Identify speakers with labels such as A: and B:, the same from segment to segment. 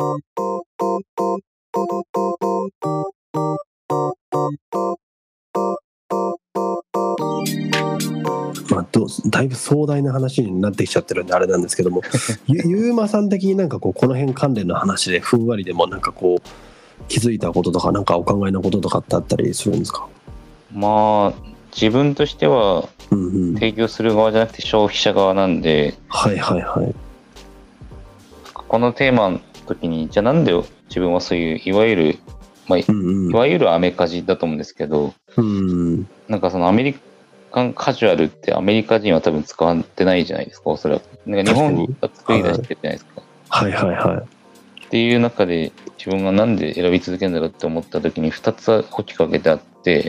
A: だいぶ壮大な話になってきちゃってるんであれなんですけどもゆうまさん的になんかこの辺関連の話でふんわりでもなんか気づいたこととかなんかお考えのこととかってあったりするんですか？
B: まあ自分としては提供する側じゃなくて消費者側なんで、
A: はいはいはい。
B: このテーマの時にじゃあなんで自分はそういういわゆるいわゆるアメカジだと思うんですけど、なんかそのアメリカンカジュアルってアメリカ人は多分使ってないじゃないですか、おそらく。なんか日本が作り出してるじゃないですか。
A: はいはいはい。って
B: いう中で自分がなんで選び続けるんだろうって思った時に2つ大きく分けてあって、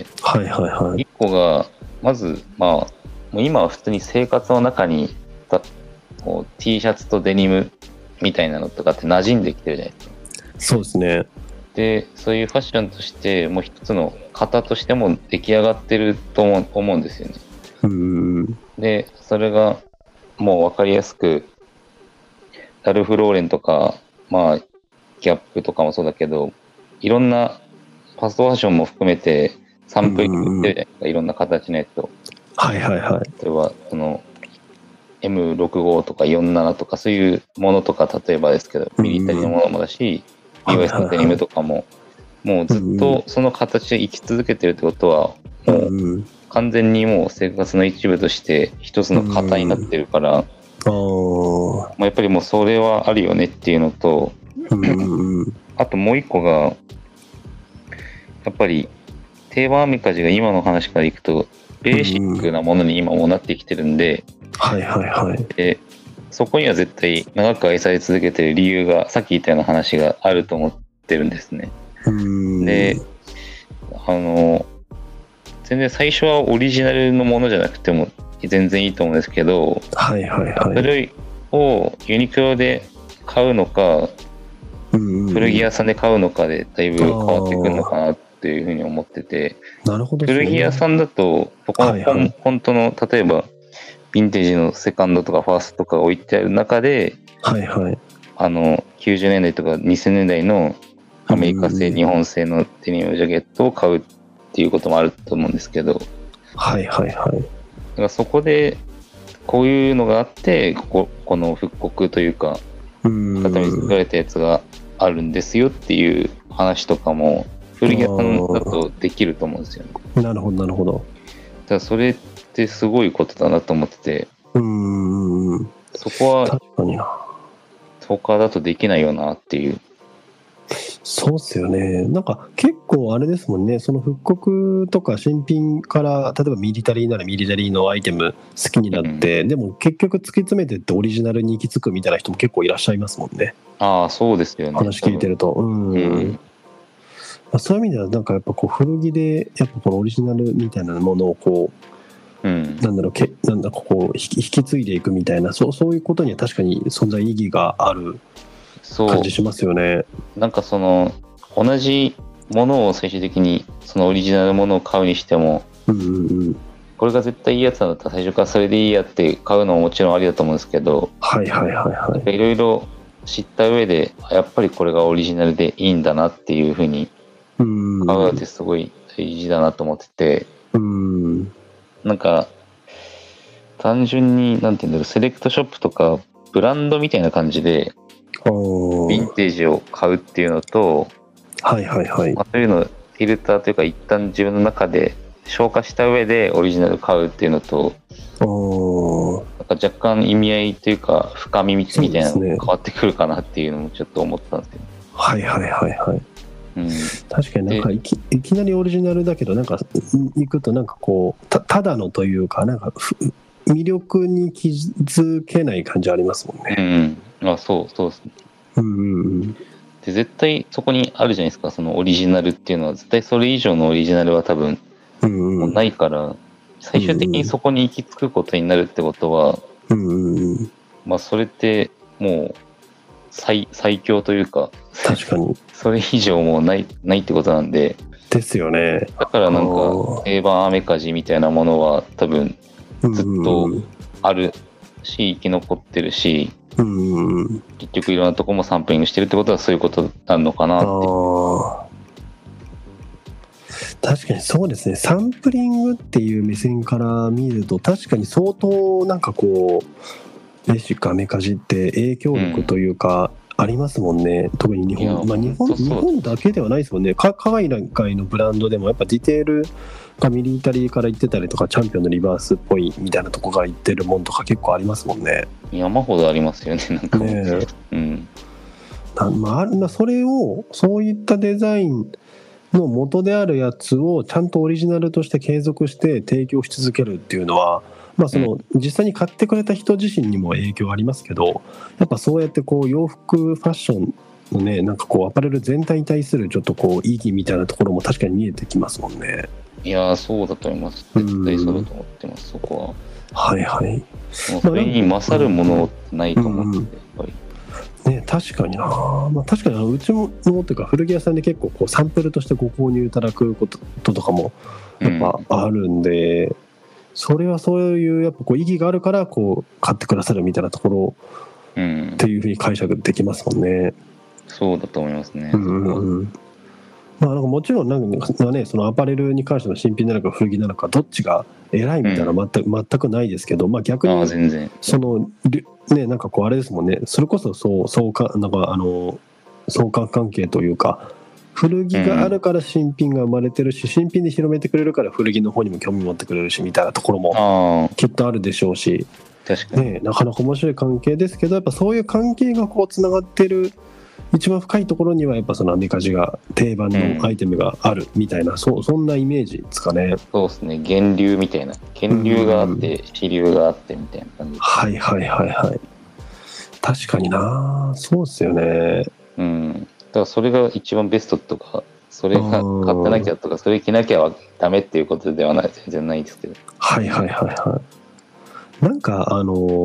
A: はいはいはい。
B: 1個がまずもう今は普通に生活の中にこう T シャツとデニムみたいなのとかって馴染んできてるじゃないですか。
A: そうですね。
B: でそういうファッションとしてもう一つの型としても出来上がってると思うんですよね。でそれがもう分かりやすくラルフ・ローレンとかギャップとかもそうだけど、いろんなファストファッションも含めてサンプリングってるじゃないですか、いろんな形のやつを。
A: はいはいはい。
B: 例えばその M65 とか47とかそういうものとか、例えばですけどミリタリーのものもだし、BYS のデニムとかももうずっとその形で生き続けてるってことはもう完全にもう生活の一部として一つの型になってるから、やっぱりもうそれはあるよねっていうのと、あともう一個がやっぱり定番アメカジが今の話からいくとベーシックなものに今もなってきてるんで、でそこには絶対長く愛され続けてる理由がさっき言ったような話があると思ってるんですね。で全然最初はオリジナルのものじゃなくても全然いいと思うんですけど、それをユニクロで買うのか古着屋さんで買うのかでだいぶ変わってくるのかなっていうふうに思ってて、古着屋さんだとそこの本当の例えばヴィンテージのセカンドとかファーストとか置いてある中で、90年代とか2000年代のアメリカ製日本製のデニムジャケットを買うっていうこともあると思うんですけど、だからそこでこういうのがあってこの復刻というか再び作られたやつがあるんですよっていう話とかも古着屋さんだとできると思うんですよね。
A: なるほどなるほど。
B: だからそれってすごいことだなと思ってて、そこは
A: 確かにな、
B: 他だとできないよなっていう。
A: そうっすよね。なんか結構あれですもんね、その復刻とか新品から例えばミリタリーならミリタリーのアイテム好きになって、でも結局突き詰めてってオリジナルに行き着くみたいな人も結構いらっしゃいますもんね。
B: そうですよね。
A: 話聞いてるとそういう意味ではなんかやっぱ古着でやっぱこのオリジナルみたいなものをなんだろう引き継いでいくみたいな、そういうことには確かに存在意義がある感じしますよね。
B: なんかその同じものを最終的にそのオリジナルものを買うにしても、これが絶対いいやつなんだったら最初からそれでいいやって買うのももちろんありだと思うんですけど、いろいろ知った上でやっぱりこれがオリジナルでいいんだなっていう風に買うってすごい大事だなと思ってて、なんか単純になんていうんだろう、セレクトショップとかブランドみたいな感じでヴィンテージを買うっていうのと、そういうのフィルターというか一旦自分の中で消化した上でオリジナル買うっていうのと、なんか若干意味合いというか深みみたいなのが変わってくるかなっていうのもちょっと思ったんですけど。
A: 確かになんかいきなりオリジナルだけどなんか行くとなんかただのというかなんか魅力に気づけない感じありますもんね。
B: そうですね。で絶対そこにあるじゃないですか、そのオリジナルっていうのは。絶対それ以上のオリジナルは多分もうないから、最終的にそこに行き着くことになるってことは、それってもう最強というか、
A: 確かに
B: それ以上もないってことなんで。
A: ですよね。
B: だからなんか定番アメカジみたいなものは多分ずっとあるし生き残ってるし、 結局いろんなとこもサンプリングしてるってことはそういうことなのかなって。
A: 確かにそうですね。サンプリングっていう目線から見ると確かに相当なんかこうベーシックアメカジって影響力というかありますもんね。特に日本、日本だけではないですもんね。海外のブランドでもやっぱディテールがミリタリーから言ってたりとか、チャンピオンのリバースっぽいみたいなとこから言ってるもんとか結構ありますもんね。
B: 山ほどありますよね、なんかね。
A: それをそういったデザインの元であるやつをちゃんとオリジナルとして継続して提供し続けるっていうのは、実際に買ってくれた人自身にも影響ありますけど、やっぱそうやってこう洋服ファッションのね、なんかこうアパレル全体に対するちょっとこう意義みたいなところも確かに見えてきますもんね。
B: いやそうだと思います。絶対そうだと思ってます、そこ
A: は。はいはい。
B: それに勝るものないと思って、やっぱり。
A: ね、確かにな、確かにうちもっていうか古着屋さんで結構こうサンプルとしてご購入いただくこととかもやっぱあるんで、それはそういうやっぱこう意義があるからこう買ってくださるみたいなところっていうふうに解釈できますもんね。
B: そうだと思いますね。
A: なんかもちろんなんかね、そのアパレルに関しての新品なのか古着なのかどっちが偉いみたいな全くないですけど、逆にそのね、なんかこうあれですもんね、それこそ相関関係というか、古着があるから新品が生まれてるし、新品で広めてくれるから古着の方にも興味持ってくれるしみたいなところもきっとあるでしょうし、
B: 確かに、
A: ね、なかなか面白い関係ですけど、やっぱそういう関係がこうつながってる一番深いところにはやっぱそのアメカジが定番のアイテムがあるみたいな、そんなイメージですかね。
B: そうですね、源流みたいな、源流があって支流があってみたいな感じ。
A: はい確かにな、そうですよね。
B: だからそれが一番ベストとか、それが買ってなきゃとか、それ着なきゃダメっていうことでは全然ないですけど。
A: なんか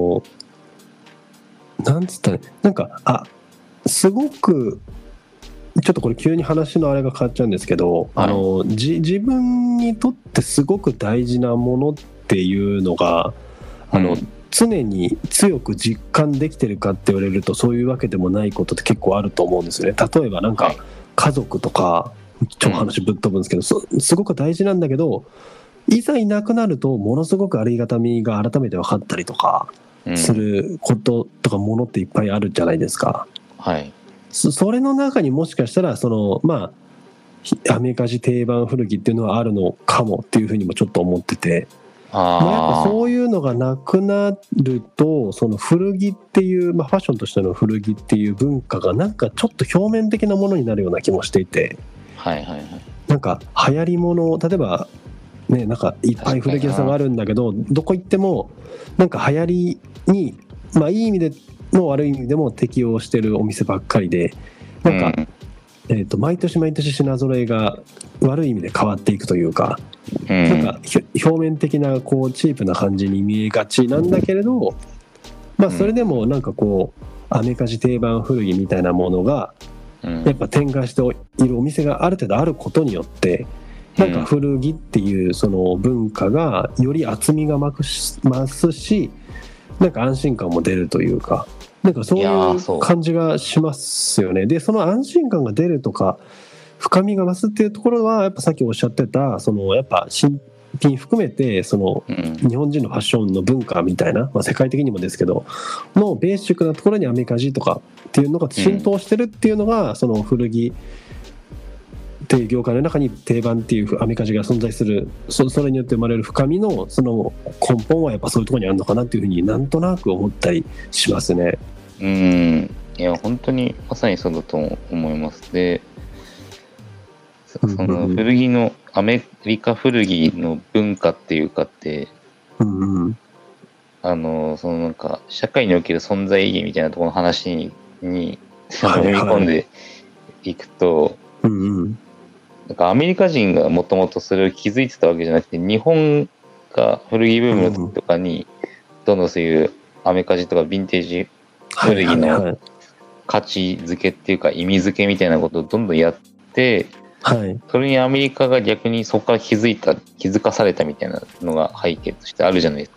A: なんつったら、なんかすごくちょっとこれ急に話のあれが変わっちゃうんですけど、自分にとってすごく大事なものっていうのが常に強く実感できてるかって言われるとそういうわけでもないことって結構あると思うんですよね。例えばなんか家族とか超話ぶっ飛ぶんですけど、すごく大事なんだけど、いざいなくなるとものすごくありがたみが改めて分かったりとかすることとかものっていっぱいあるじゃないですか。それの中にもしかしたらアメカジ定番古着っていうのはあるのかもっていうふうにもちょっと思ってて、やっぱそういうのがなくなると、その古着っていう、ファッションとしての古着っていう文化がなんかちょっと表面的なものになるような気もしていて、なんか流行りもの、例えばね、なんかいっぱい古着屋さんがあるんだけど、どこ行ってもなんか流行りに、いい意味でも悪い意味でも適応してるお店ばっかりで、なんか、毎年品揃えが悪い意味で変わっていくというか、なんか表面的なこうチープな感じに見えがちなんだけれど、それでもなんかこうアメカジ定番古着みたいなものがやっぱ展開しているお店がある程度あることによって、なんか古着っていうその文化がより厚みが増すし、なんか安心感も出るというか、なんかそういう感じがしますよね。でその安心感が出るとか深みが増すっていうところはやっぱさっきおっしゃってたそのやっぱ新品含めてその日本人のファッションの文化みたいな、世界的にもですけどのベーシックなところにアメカジとかっていうのが浸透してるっていうのが、その古着っていう業界の中に定番っていうアメカジが存在する、それによって生まれる深みのその根本はやっぱそういうところにあるのかなっていうふうになんとなく思ったりしますね。
B: いや本当にまさにそうだと思います。でその古着のアメリカ古着の文化っていうかって、そのなんか社会における存在意義みたいなところの話に踏み込んでいくと、なんかアメリカ人がもともとそれを気づいてたわけじゃなくて、日本が古着ブームの時とかにどんどんそういうアメカジとかヴィンテージ古着の価値づけっていうか意味づけみたいなことをどんどんやって、それにアメリカが逆にそこから気づかされたみたいなのが背景としてあるじゃないですか。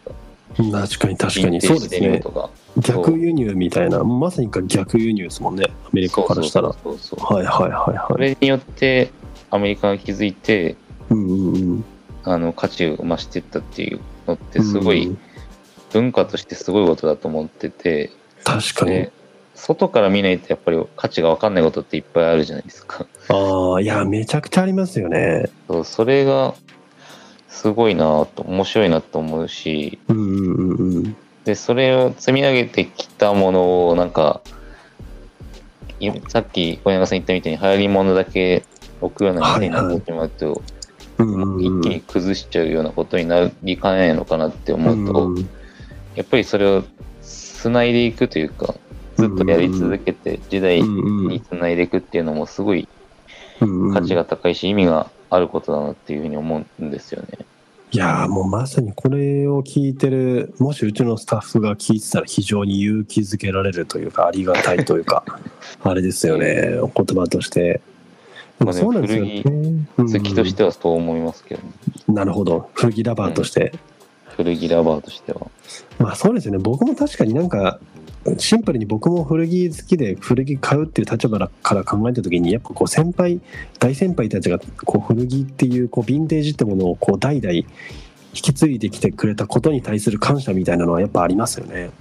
A: 確かに確かにそうですね。逆輸入みたいな、まさに逆輸入ですもんね、アメリカからしたら。はいはいはいはい。
B: それによってアメリカが気づいて、価値を増していったっていうのってすごい文化としてすごいことだと思ってて、
A: 確かに
B: 外から見ないとやっぱり価値が分かんないことっていっぱいあるじゃないですか。
A: いやめちゃくちゃありますよね。
B: それがすごいなと、面白いなと思うし、でそれを積み上げてきたものをなんかさっき小山さん言ったみたいに流行り物だけ置くような店になってしまうと、一気に崩しちゃうようなことになりかねないのかなって思うと、やっぱりそれをつないでいくというか、ずっとやり続けて時代につないでいくっていうのもすごい価値が高いし意味があることだなっていうふうに思うんですよね。
A: いやもうまさにこれを聞いてる、もしうちのスタッフが聞いてたら非常に勇気づけられるというか、ありがたいというかあれですよね、お言葉として。
B: そうなんですよね。古着好きとしてはそう思いますけどね。
A: なるほど、古着ラバーとして、
B: 古着ラバーとしては
A: まあそうですよね。僕も確かになんかシンプルに僕も古着好きで古着買うっていう立場から考えた時に、やっぱこう大先輩たちがこう古着っていうこうヴィンテージってものをこう代々引き継いできてくれたことに対する感謝みたいなのはやっぱありますよね。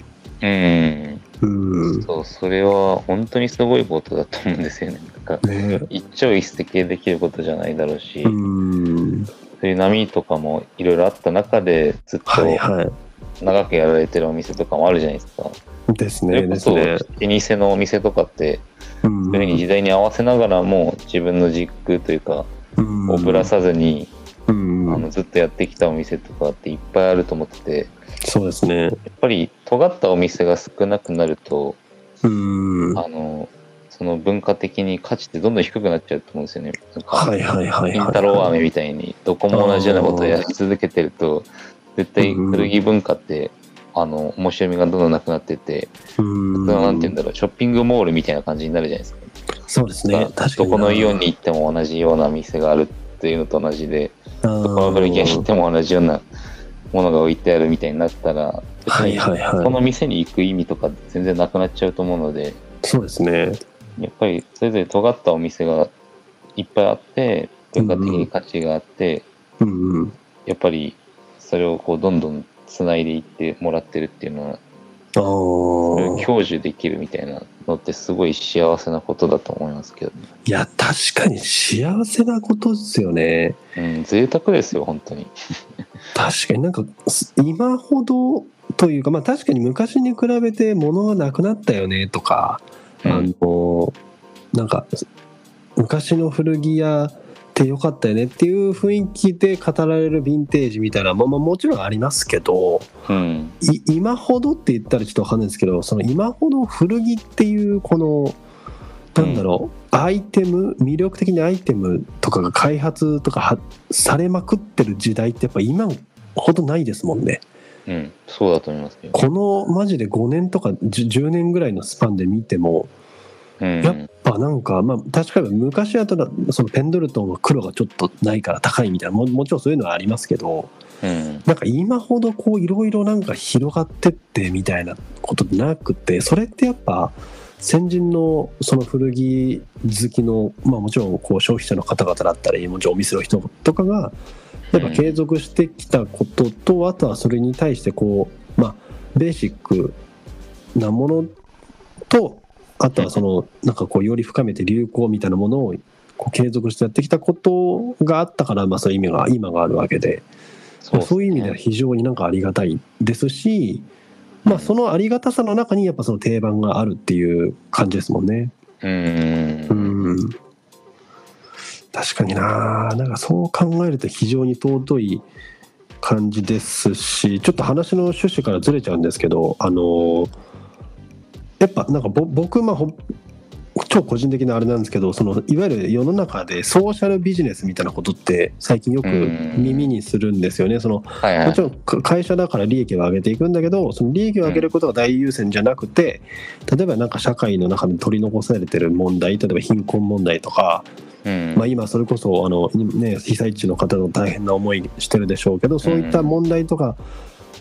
B: そう、それは本当にすごいことだと思うんですよね。なんか一朝一夕できることじゃないだろうし、そういう波とかもいろいろあった中でずっと長くやられてるお店とかもあるじゃないですか。
A: ですね。
B: 老舗のお店とかってそういうふうに時代に合わせながらも自分の軸というかをぶらさずにずっとやってきたお店とかっていっぱいあると思ってて、
A: そうですね。やっ
B: ぱり尖ったお店が少なくなるとその文化的に価値ってどんどん低くなっちゃうと思うんですよね。金太郎飴みたいにどこも同じようなことをやり続けてると絶対古着文化って面白みがどんどんなくなってて、なんて言うんだろう、ショッピングモールみたいな感じになるじゃないですか。
A: そうですね。確かに
B: どこのイオンに行っても同じような店があるっていうのと同じで、どこの古着屋に行っても同じようなものが置いてあるみたいになったら、その店に行く意味とか全然なくなっちゃうと思うので、
A: そうですね。
B: やっぱりそれぞれ尖ったお店がいっぱいあって文化的に価値があって、やっぱりそれをこうどんどんつないでいってもらってるっていうのは、それを享受できるみたいなのってすごい幸せなことだと思いますけどね。
A: いや確かに幸せなことですよね。
B: 贅沢ですよ本当に。
A: 確かになんか今ほどというか、まあ確かに昔に比べて物がなくなったよねとか、なんか昔の古着屋って良かったよねっていう雰囲気で語られるヴィンテージみたいなももちろんありますけど、今ほどって言ったらちょっと分かんないですけど、その今ほど古着っていうこのなんだろう、アイテム、魅力的なアイテムとかが開発とかされまくってる時代ってやっぱ今ほどないですもんね。
B: そうだと思いますね。
A: このマジで5年とか 10年ぐらいのスパンで見ても、やっぱなんか、まあ確かに昔はただそのペンドルトンは黒がちょっとないから高いみたいな もちろんそういうのはありますけど、なんか今ほどこういろいろなんか広がってってみたいなことなくて、それってやっぱ先人のその古着好きの、まあもちろんこう消費者の方々だったり、もちろんお店の人とかがやっぱ継続してきたことと、あとはそれに対してこう、まあベーシックなものと、あとはそのなんかこうより深めて流行みたいなものをこう継続してやってきたことがあったから、まあそういう意味が今があるわけで、そういう意味では非常になんかありがたいですし、まあそのありがたさの中にやっぱその定番があるっていう感じですもんね。確かになんかそう考えると非常に尊い感じですし、ちょっと話の趣旨からずれちゃうんですけど、やっぱなんか僕超個人的なあれなんですけど、そのいわゆる世の中でソーシャルビジネスみたいなことって最近よく耳にするんですよね。そのもちろん会社だから利益を上げていくんだけど、その利益を上げることが大優先じゃなくて、例えばなんか社会の中で取り残されてる問題、例えば貧困問題とか、まあ今それこそ被災地の方の大変な思いしてるでしょうけど、そういった問題とか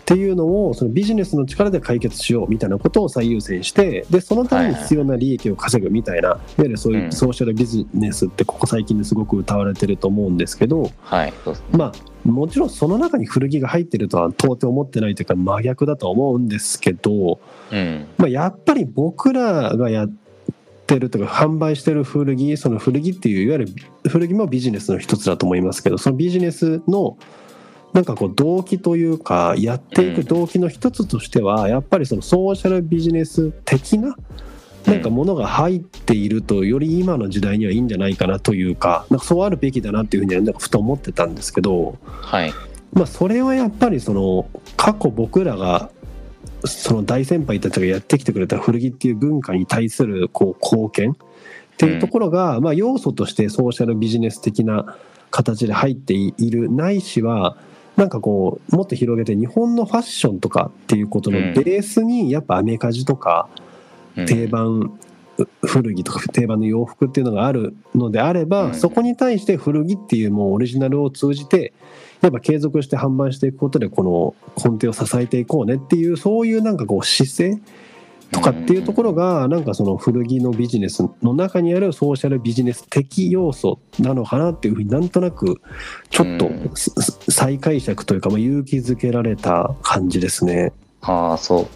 A: っていうのをそのビジネスの力で解決しようみたいなことを最優先して、でそのために必要な利益を稼ぐみたいな、いわゆるそういうソーシャルビジネスってここ最近ですごく歌われてると思うんですけど、まあもちろんその中に古着が入ってるとは到底思ってないというか真逆だと思うんですけど、まあ、やっぱり僕らがやってるとか販売してる古着、その古着っていういわゆる古着もビジネスの一つだと思いますけど、そのビジネスのなんかこう動機というかやっていく動機の一つとしてはやっぱりそのソーシャルビジネス的ななんかものが入っているとより今の時代にはいいんじゃないかなというか、なんかそうあるべきだなっていうふうにはなんかふと思ってたんですけど、まあそれはやっぱりその過去僕らがその大先輩たちがやってきてくれた古着っていう文化に対するこう貢献っていうところがまあ要素としてソーシャルビジネス的な形で入っているないしはなんかこうもっと広げて日本のファッションとかっていうことのベースにやっぱアメカジとか定番古着とか定番の洋服っていうのがあるのであれば、そこに対して古着っていうもうオリジナルを通じてやっぱ継続して販売していくことでこの根底を支えていこうねっていうそういうなんかこう姿勢とかっていうところがなんかその古着のビジネスの中にあるソーシャルビジネス的要素なのかなっていうふうになんとなくちょっと再解釈というか勇気づけられた感じですね。
B: そう、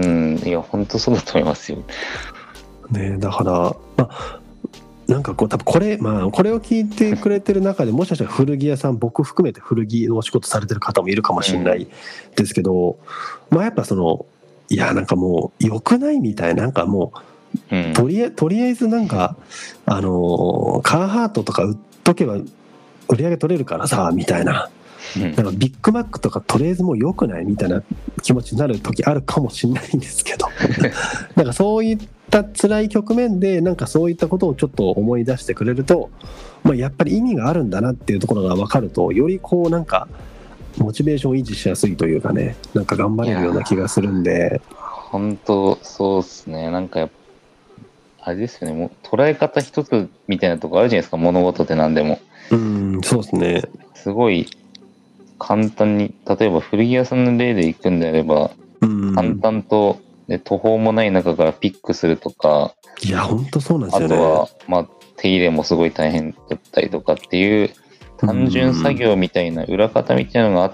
B: いや本当そうだと思いますよ。
A: ね、だからまあなんかこう多分これを聞いてくれてる中でもしかしたら古着屋さん僕含めて古着のお仕事されてる方もいるかもしれないですけど、まあやっぱそのいやなんかもう良くないみたいな、なんかもうとりあえずなんかカーハートとか売っとけば売り上げ取れるからさみたいな、なんかビッグマックとかとりあえずもう良くないみたいな気持ちになる時あるかもしれないんですけどなんかそういった辛い局面でなんかそういったことをちょっと思い出してくれると、まあ、やっぱり意味があるんだなっていうところが分かるとよりこうなんかモチベーションを維持しやすいというかね、なんか頑張れるような気がするんで。
B: 本当そうですね。なんかあれですよね、もう捉え方一つみたいなとこあるじゃないですか、物事って何でも。
A: そうですね。
B: すごい簡単に、例えば古着屋さんの例でいくんであれば、簡単と途方もない中からピックするとか、
A: いや本当そうなんですよね。
B: あとはまあ手入れもすごい大変だったりとかっていう単純作業みたいな裏方みたいなのがあって、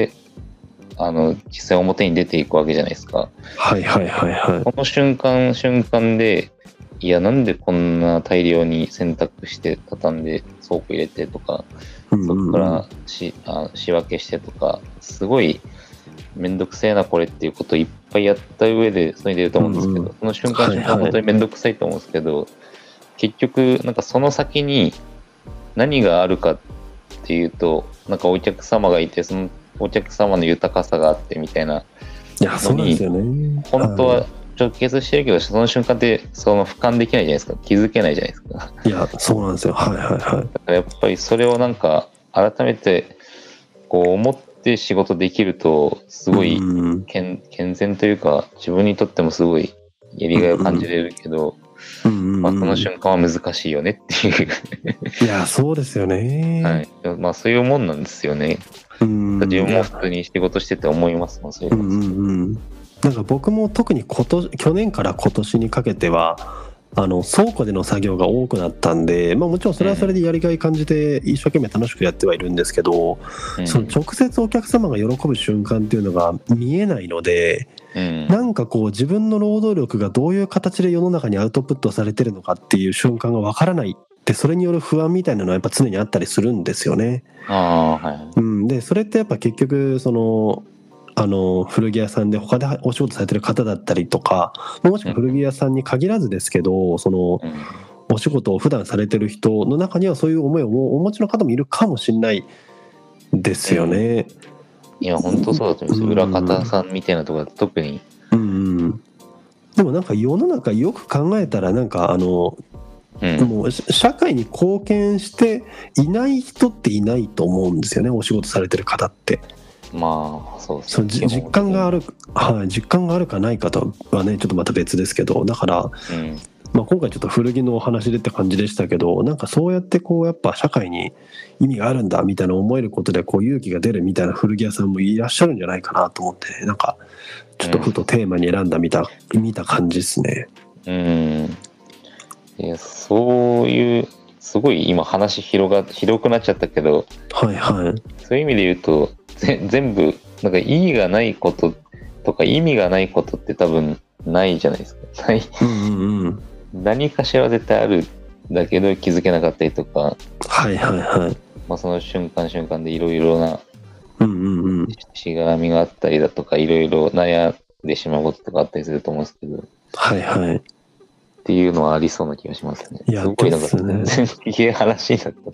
B: 実際表に出ていくわけじゃないですか。この瞬間で、いやなんでこんな大量に洗濯して畳んで倉庫入れてとか、そこから仕分けしてとか、すごいめんどくせえなこれっていうことをいっぱいやった上でそれに出ると思うんですけど、その瞬間本当にめんどくさいと思うんですけど、結局なんかその先に何があるかっていうと、なんかお客様がいて、そのお客様の豊かさがあってみたいなのに、本当は直結してるけど、その瞬間ってその俯瞰できないじゃないですか、気づけないじゃないですか。
A: いやそうなんですよ。だから
B: やっぱりそれをなんか改めてこう思って仕事できるとすごい健全というか、自分にとってもすごいやりがいを感じれるけど、まあ、その瞬間は難しいよねっていう
A: いやそうですよね。
B: まあそういうもんなんですよね。自分も普通に仕事してて思いますもん、そういうの。
A: なんか僕も特に去年から今年にかけては倉庫での作業が多くなったんで、まあ、もちろんそれはそれでやりがい感じて一生懸命楽しくやってはいるんですけど、その直接お客様が喜ぶ瞬間っていうのが見えないので、なんかこう自分の労働力がどういう形で世の中にアウトプットされてるのかっていう瞬間がわからないで、それによる不安みたいなのはやっぱ常にあったりするんですよね。でそれってやっぱ結局その古着屋さんで他でお仕事されてる方だったりとか、もしくは古着屋さんに限らずですけど、そのお仕事を普段されてる人の中にはそういう思いをお持ちの方もいるかもしれないですよね。
B: いや本当そうだと思います。裏方さんみたいなところだと特に。
A: でもなんか世の中よく考えたらなんかもう社会に貢献していない人っていないと思うんですよね、お仕事されてる方って。
B: まあそうですね。
A: 実感があるかないかとはねちょっとまた別ですけど、だから、 まあ、今回ちょっと古着のお話でって感じでしたけど、なんかそうやってこうやっぱ社会に意味があるんだみたいな思えることでこう勇気が出るみたいな古着屋さんもいらっしゃるんじゃないかなと思って、なんかちょっとふとテーマに選んだ見た感じですね。
B: いや、そういうすごい今話広くなっちゃったけど、
A: はいはい、
B: そういう意味で言うと全部なんか意義がないこととか意味がないことって多分ないじゃないですか。ない、何かしら絶対あるんだけど気づけなかったりとか、
A: はいはいはい、
B: まあ、その瞬間瞬間でいろいろなしがらみがあったりだとか、いろいろ悩んでしまうこととかあったりすると思うんですけど、
A: はいはい、
B: っていうのはありそうな気がしますね。
A: いや、
B: すごいなんか全然いい話になった。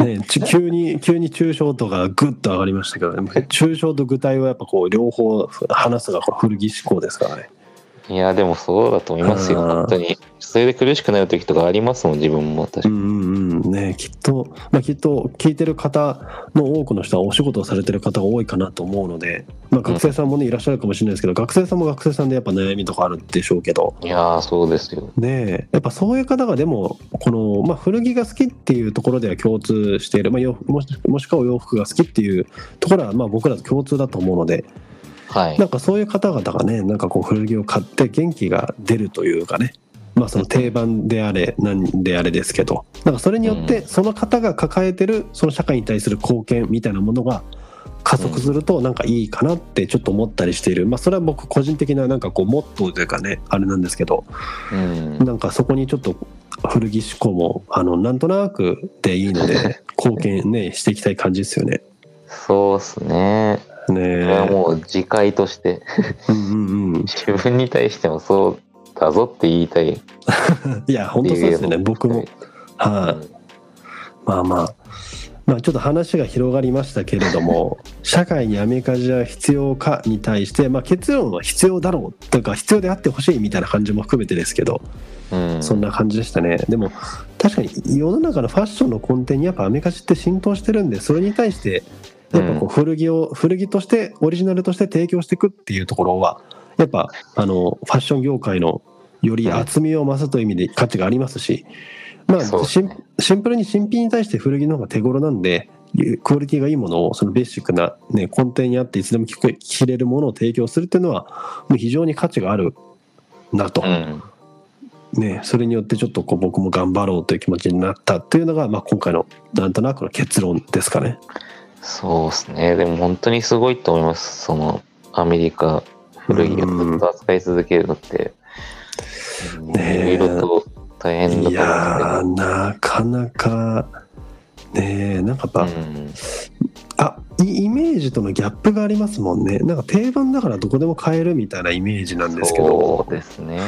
A: ね、急に抽象度がぐっと上がりましたけど、ね、抽象と具体はやっぱこう両方話すが古着思考ですからね。
B: いやでもそうだと思いますよ、本当に。それで苦しくなる時とかありますもん、自分も。確かに
A: ね、きっと聞いてる方の多くの人はお仕事をされてる方が多いかなと思うので、まあ、学生さんもね、いらっしゃるかもしれないですけど、学生さんも学生さんでやっぱ悩みとかあるでしょうけど、
B: いやそうですよ
A: ね。やっぱそういう方がでもこの、まあ、古着が好きっていうところでは共通している、まあ、もしくはお洋服が好きっていうところはまあ僕らと共通だと思うので、
B: はい、
A: なんかそういう方々がね、なんかこう古着を買って元気が出るというかね、まあその定番であれ何であれですけど、なんかそれによってその方が抱えてるその社会に対する貢献みたいなものが加速するとなんかいいかなってちょっと思ったりしている。まあそれは僕個人的ななんかこうモットーというかね、あれなんですけど、なんかそこにちょっと古着思考もなんとなくでいいので貢献ねしていきたい感じですよね。
B: そうっすね。これはもう自戒として自分に対してもそうだぞって言いたい。
A: いや本当そうですよね、僕も。はい、まあちょっと話が広がりましたけれども、社会にアメカジは必要かに対して、まあ、結論は必要だろうというか必要であってほしいみたいな感じも含めてですけど、そんな感じでしたね。でも確かに世の中のファッションの根底にやっぱアメカジって浸透してるんで、それに対してやっぱこう古着としてオリジナルとして提供していくっていうところはやっぱファッション業界のより厚みを増すという意味で価値がありますし、まあシンプルに新品に対して古着の方が手頃なんで、クオリティがいいものをそのベーシックな、ね、根底にあっていつでも着れるものを提供するっていうのはもう非常に価値があるなと、ね、それによってちょっとこう僕も頑張ろうという気持ちになったというのが、まあ、今回のなんとなくの結論ですかね。
B: そうですね。でも本当にすごいと思います。そのアメリカ古着をずっと扱い続けるのって、いろいろと大変だと思うんですけど。いや
A: なかなかね、なんかやっぱ、イメージとのギャップがありますもんね。なんか定番だからどこでも買えるみたいなイメージなんですけど。
B: そうですね。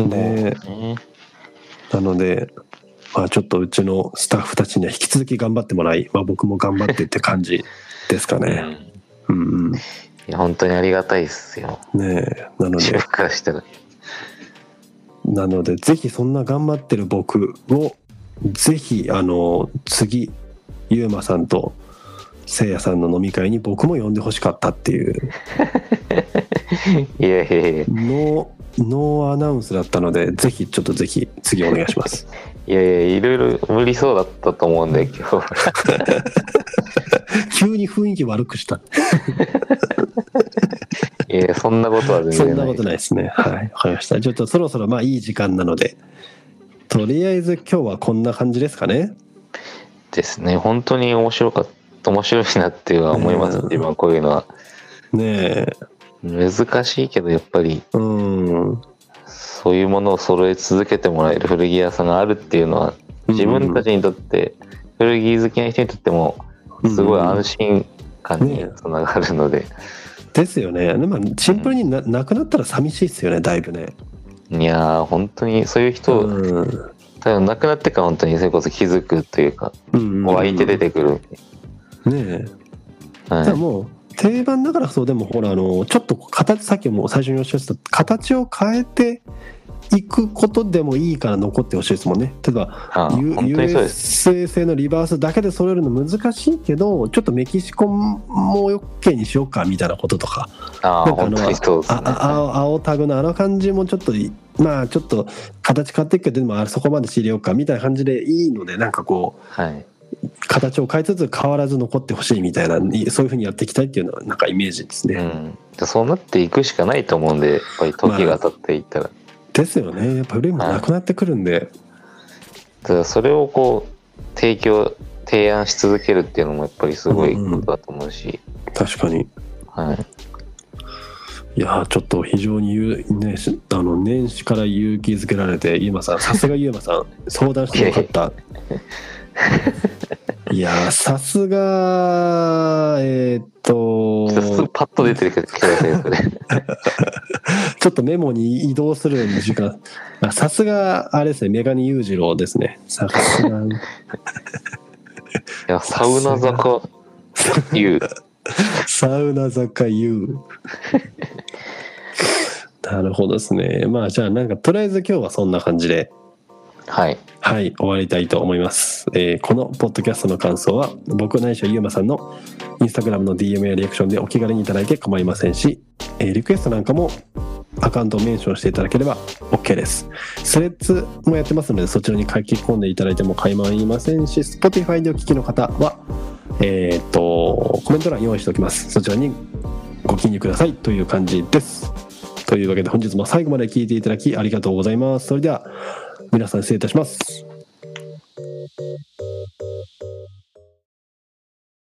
A: なので、まあ、ちょっとうちのスタッフたちには引き続き頑張ってもらい、まあ、僕も頑張ってって感じですかね。
B: いや本当にありがたいですよ。
A: ね、なのでぜひそんな頑張ってる僕をぜひ次ゆうまさんとせいやさんの飲み会に僕も呼んでほしかったっていうノーアナウンスだったので、ぜひ次お願いします。
B: いろいろ無理そうだったと思うんで今日
A: 急に雰囲気悪くした
B: そんなことは全然ない。
A: そんなことないですね。はい、わかりました。ちょっとそろそろまあいい時間なので、とりあえず今日はこんな感じですかね。
B: ですね。本当に面白いなっては思います。自分はこういうのはね難しいけどやっぱりそういうものを揃え続けてもらえる古着屋さんがあるっていうのは自分たちにとって古着好きな人にとってもすごい安心感につながるので、
A: ですよね。でもシンプルになくなったら寂しいですよね、だいぶね。
B: いや本当にそういう人、多分亡くなってから本当にそれこそ気づくというか、湧いて出てくるね
A: え。じゃあもう定番だからそう。でもほらちょっとさっきも最初におっしゃってた形を変えていくことでもいいから残ってほしいですもんね。例えば USA 製のリバースだけで揃えるの難しいけど、ちょっとメキシコも OK にしようかみたいなこととか、
B: 本当にそうですね。
A: 青タグの感じもちょっとまあちょっと形変わっていくけどでもそこまで仕入れようかみたいな感じでいいので、なんかこう、はい、形を変えつつ変わらず残ってほしいみたいな、そういう風にやっていきたいっていうのはなんかイメージですね、
B: うん、そうなっていくしかないと思うんで、やっぱり時が経っていったら、
A: ですよね。やっぱ古いものなくなってくるんで、
B: だからそれをこう提案し続けるっていうのもやっぱりすごいことだと思うし、
A: 確かに、はい、いやちょっと非常にね、年始から勇気づけられて、ゆうまさん、さすがゆうまさん、相談してよかったいやさすが
B: パッと出てるけど
A: ちょっとメモに移動する時間、さすがあれですね、メガネ裕次郎ですね。さすがい
B: や、サウナ坂優
A: サウナ坂優なるほどですね。まあじゃあなんかとりあえず今日はそんな感じで
B: はい
A: 終わりたいと思います。このポッドキャストの感想は僕ないしはゆうまさんのインスタグラムの DM やリアクションでお気軽にいただいて構いませんし、リクエストなんかもアカウントをメンションしていただければ OK です。スレッズもやってますのでそちらに書き込んでいただいても構いませんし、 Spotify でお聞きの方はコメント欄用意しておきます。そちらにご記入くださいという感じです。というわけで本日も最後まで聞いていただきありがとうございます。それでは皆さん失礼いたします。